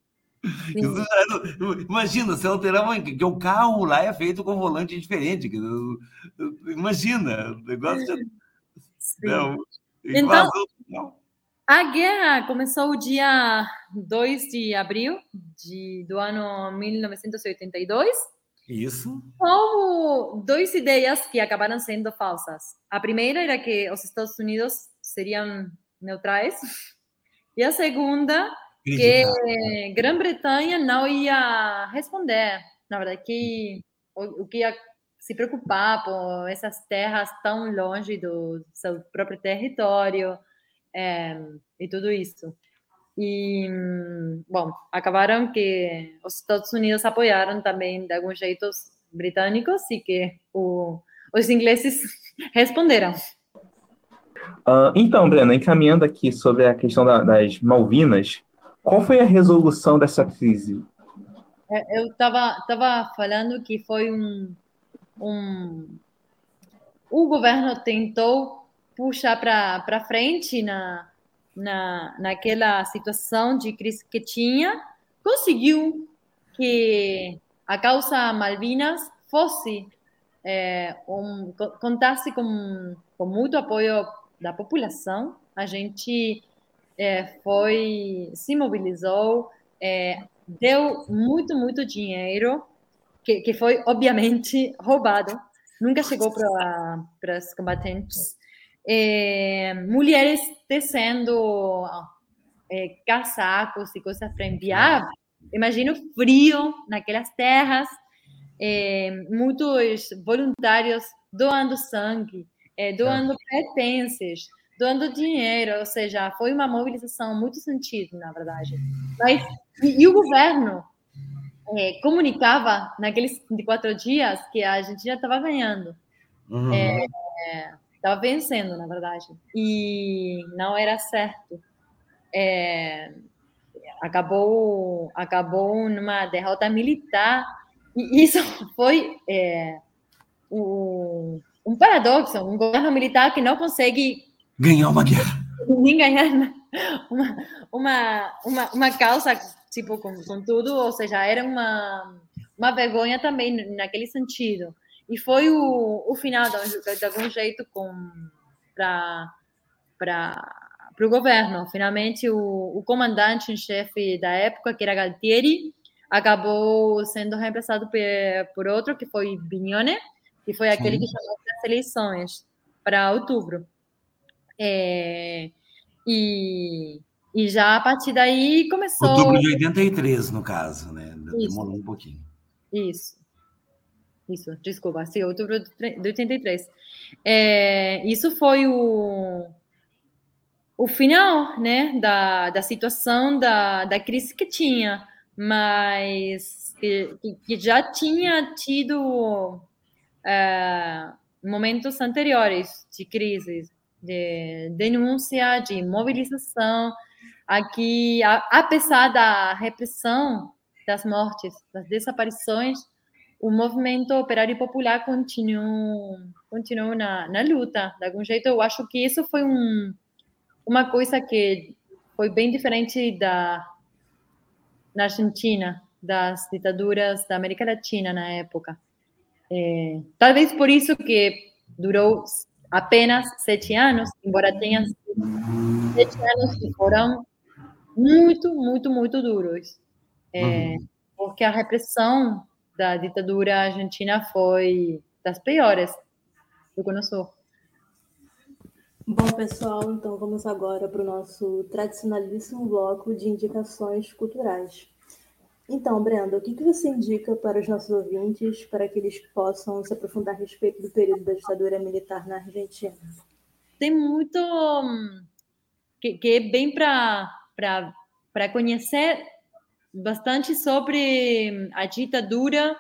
Imagina, você alterar a mão, que o carro lá é feito com volante diferente. Imagina, o negócio já... Então, a guerra começou o dia 2 de abril do ano 1982. Isso. Houve duas ideias que acabaram sendo falsas. A primeira era que os Estados Unidos seriam neutrais. E a segunda, que Grã-Bretanha não ia responder. Na verdade, que o que ia se preocupar por essas terras tão longe do seu próprio território e tudo isso. E, bom, acabaram que os Estados Unidos apoiaram também, de algum jeito, os britânicos e que os ingleses responderam. Então, Brena, encaminhando aqui sobre a questão das Malvinas, qual foi a resolução dessa crise? Eu estava falando que foi o governo tentou puxar para frente naquela situação de crise que tinha, conseguiu que a causa Malvinas fosse contasse com muito apoio da população. A gente se mobilizou, deu muito dinheiro, que foi, obviamente, roubado. Nunca chegou para os combatentes. Mulheres tecendo casacos e coisas para enviar. Imagina o frio naquelas terras. Muitos voluntários doando sangue, doando pertences, doando dinheiro, ou seja, foi uma mobilização muito sentido, na verdade. Mas, e o governo comunicava naqueles 24 dias que a Argentina estava ganhando. Estava vencendo, na verdade. E não era certo. acabou numa derrota militar, e isso foi um paradoxo, um governo militar que não consegue ganhar uma guerra, nem ganhar uma causa tipo com tudo, ou seja, era uma vergonha também naquele sentido. E foi o final, de algum jeito, para o governo. Finalmente, o comandante em chefe da época, que era Galtieri, acabou sendo reemplaçado por outro, que foi Vignone, que foi aquele que chamou as eleições para outubro. E já a partir daí começou... Outubro de 83, no caso, né? Demorou um pouquinho. Isso, desculpa, sim, outubro de 83. Isso foi o final, né, da situação da crise que tinha, mas que já tinha tido momentos anteriores de crise, de denúncia, de mobilização. Aqui, apesar da repressão das mortes, das desaparições, o movimento operário popular continuou na luta. De algum jeito, eu acho que isso foi uma coisa que foi bem diferente na Argentina, das ditaduras da América Latina na época. Talvez por isso que durou apenas 7 anos, embora tenha 7 anos que foram muito, muito, muito duros. Porque a repressão da ditadura argentina foi das piores do que eu sou. Bom, pessoal, então vamos agora para o nosso tradicionalíssimo bloco de indicações culturais. Então, Brenda, o que você indica para os nossos ouvintes para que eles possam se aprofundar a respeito do período da ditadura militar na Argentina? Tem muito que é bem para conhecer bastante sobre a ditadura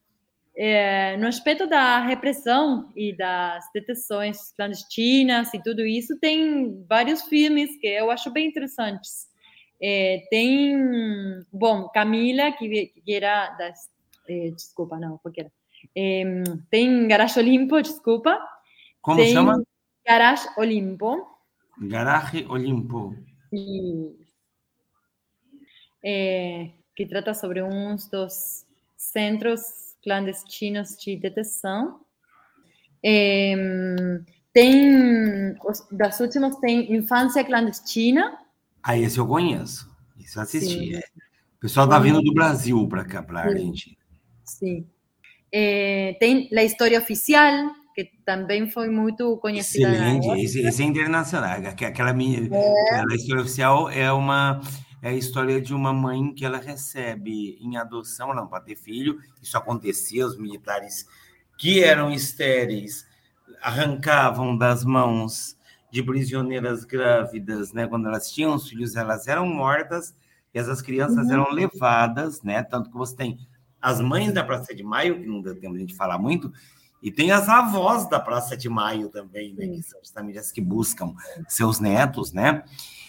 no aspecto da repressão e das detenções clandestinas e tudo isso. Tem vários filmes que eu acho bem interessantes. Tem, bom, Camila, que era das... desculpa, não, porque era. Tem Garage Olimpo, desculpa. Como chama? Garage Olimpo. Garage Olimpo. Que trata sobre uns dos centros clandestinos de detenção. Das últimas tem Infância Clandestina. Esse eu conheço. Isso eu assisti. O pessoal está vindo do Brasil para cá, para a Argentina. Sim. Tem La História Oficial, que também foi muito conhecida. Excelente, esse é internacional. Aquela História Oficial é a história de uma mãe que ela recebe em adoção, não para ter filho. Isso acontecia, os militares que eram estéreis arrancavam das mãos de prisioneiras grávidas, né? Quando elas tinham os filhos, elas eram mortas e essas crianças eram levadas, né? Tanto que você tem as mães da Praça de Maio, que não deu tempo de a gente falar muito, e tem as avós da Praça de Maio também, né? Que são as famílias que buscam seus netos, né?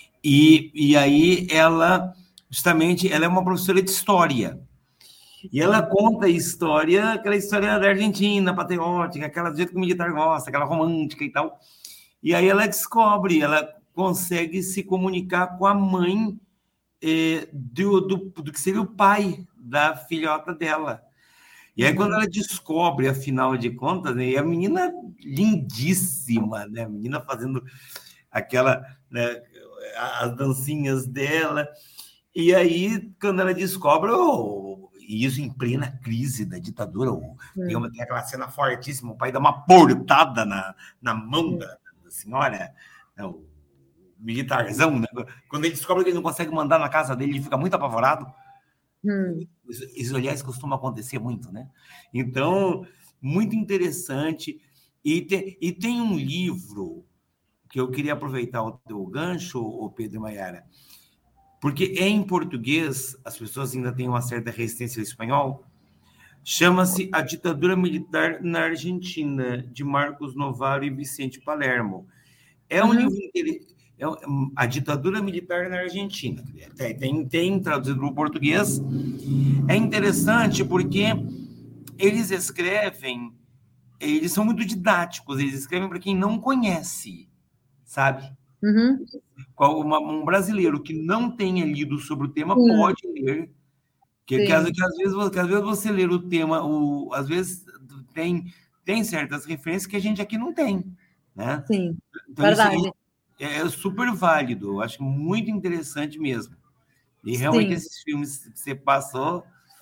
E aí ela é uma professora de história. E ela conta a história, aquela história da Argentina, patriótica, aquela do jeito que o militar gosta, aquela romântica e tal. E aí ela consegue se comunicar com a mãe do que seria o pai da filhota dela. E aí, quando ela descobre, afinal de contas, né, e a menina lindíssima, né? A menina fazendo aquela, né, as dancinhas dela. E aí, quando ela descobre, e isso em plena crise da ditadura, tem aquela cena fortíssima, o pai dá uma portada na mão da senhora, né, o militarzão, né? Quando ele descobre que ele não consegue mandar na casa dele, ele fica muito apavorado. Isso, aliás, costuma acontecer muito, né? Então, muito interessante. E tem um livro que eu queria aproveitar o teu gancho, o Pedro e Maiara, porque em português, as pessoas ainda têm uma certa resistência ao espanhol, chama-se A Ditadura Militar na Argentina, de Marcos Novaro e Vicente Palermo. É um livro a ditadura militar na Argentina. Tem traduzido para o português. É interessante porque eles escrevem, eles são muito didáticos, eles escrevem para quem não conhece, sabe? Uhum. Um brasileiro que não tenha lido sobre o tema Sim. pode ler, que às vezes você ler o tema, às vezes tem certas referências que a gente aqui não tem, né? Sim, então, verdade. Isso é super válido, eu acho muito interessante mesmo. E realmente Sim. esses filmes que você passou...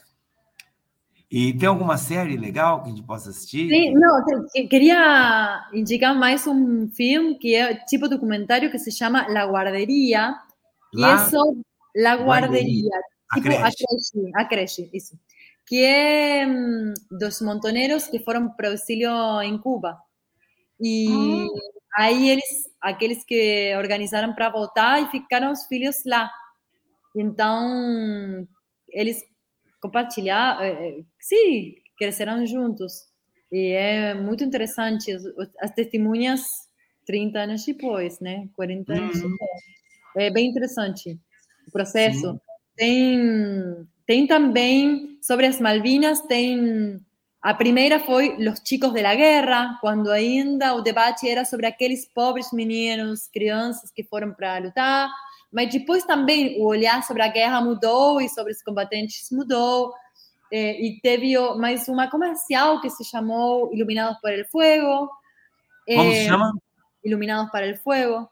E tem alguma série legal que a gente possa assistir? Sim, não, queria indicar mais um filme que é tipo documentário que se chama La Guarderia, que é sobre La Guarderia, tipo a creche, isso. Que é dos montoneros que foram para o exílio em Cuba. E aí aqueles que organizaram para voltar e ficaram os filhos lá. Então, eles compartilhar, sim, cresceram juntos. E é muito interessante as testemunhas 30 anos depois, né? 40 anos depois. É bem interessante o processo. Tem também, sobre as Malvinas, a primeira foi Los Chicos de la Guerra, quando ainda o debate era sobre aqueles pobres meninos, crianças que foram para lutar, mas depois também o olhar sobre a guerra mudou e sobre os combatentes mudou. E teve mais uma comercial que se chamou Iluminados por el Fuego. Como se chama? Iluminados por el Fuego.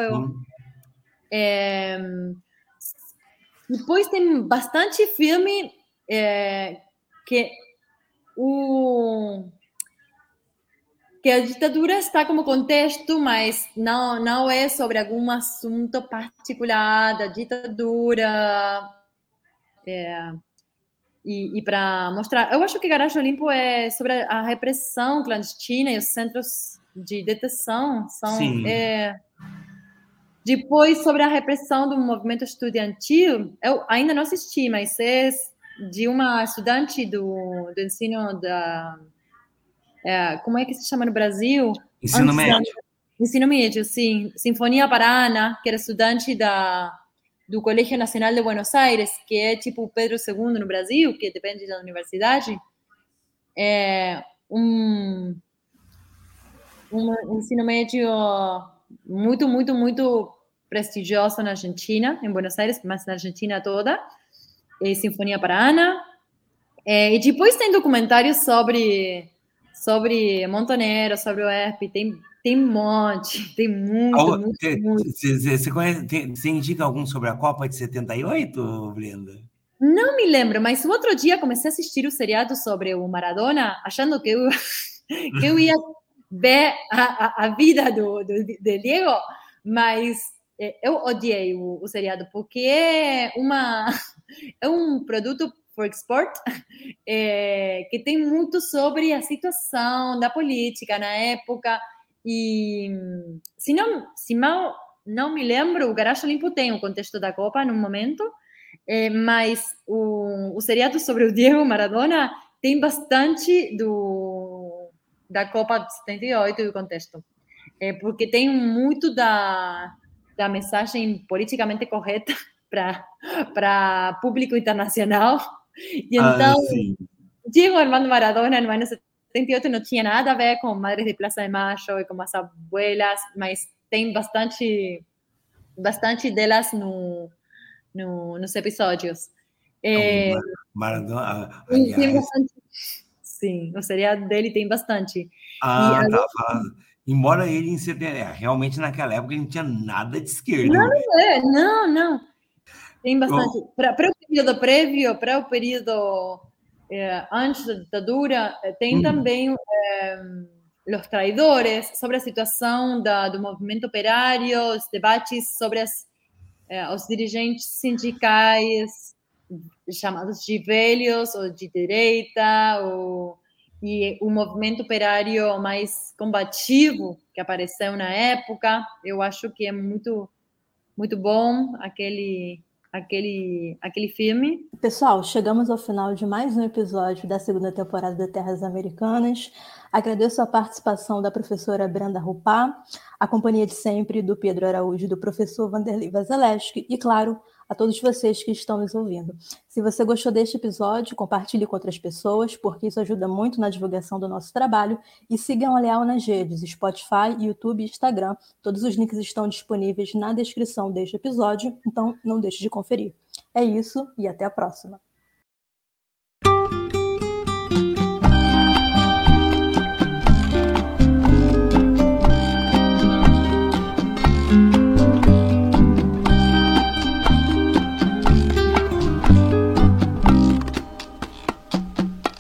Depois tem bastante filme que a ditadura está como contexto, mas não é sobre algum assunto particular da ditadura. E para mostrar, eu acho que Garagem Limpo é sobre a repressão clandestina e os centros de detenção. Depois, sobre a repressão do movimento estudantil, eu ainda não assisti, mas é de uma estudante do ensino como é que se chama no Brasil? Ensino médio. Ensino médio, sim. Sinfonia Paraná, que era estudante do Colégio Nacional de Buenos Aires, que é tipo Pedro II no Brasil, que depende da universidade. É um ensino médio muito, muito, muito prestigioso na Argentina, em Buenos Aires, mas na Argentina toda. Sinfonia Paraná. E depois tem documentários sobre Montoneros, sobre o ERP, tem um monte, tem muito. Você indica algum sobre a Copa de 78, Brenda? Não me lembro, mas o outro dia comecei a assistir o seriado sobre o Maradona, achando que eu ia ver a vida do Diego, mas eu odiei o seriado, porque é um produto for export, que tem muito sobre a situação da política na época. E se mal não me lembro, o Garagem Limpo tem o contexto da Copa num momento, mas o seriado sobre o Diego Maradona tem bastante da Copa de 78 e o contexto, porque tem muito da mensagem politicamente correta para público internacional. E então, Diego Armando Maradona, no ano 78, não tinha nada a ver com Madres de Plaza de Mayo e com as abuelas, mas tem bastante delas nos episódios. Maradona, tem bastante. Sim, o seriado dele tem bastante. Embora ele em 70, realmente naquela época ele não tinha nada de esquerda. Não. Tem bastante. Para o período prévio, para o período antes da ditadura, tem também Los Traidores, sobre a situação do movimento operário, os debates sobre os dirigentes sindicais chamados de velhos ou de direita, e o movimento operário mais combativo que apareceu na época. Eu acho que é muito, muito bom aquele filme. Pessoal, chegamos ao final de mais um episódio da segunda temporada da Terras Americanas. Agradeço a participação da professora Brenda Rupá, a companhia de sempre do Pedro Araújo e do professor Vanderlei Vazaleschi e, claro, a todos vocês que estão nos ouvindo. Se você gostou deste episódio, compartilhe com outras pessoas, porque isso ajuda muito na divulgação do nosso trabalho, e sigam a Leal nas redes Spotify, YouTube e Instagram. Todos os links estão disponíveis na descrição deste episódio, então não deixe de conferir. É isso e até a próxima.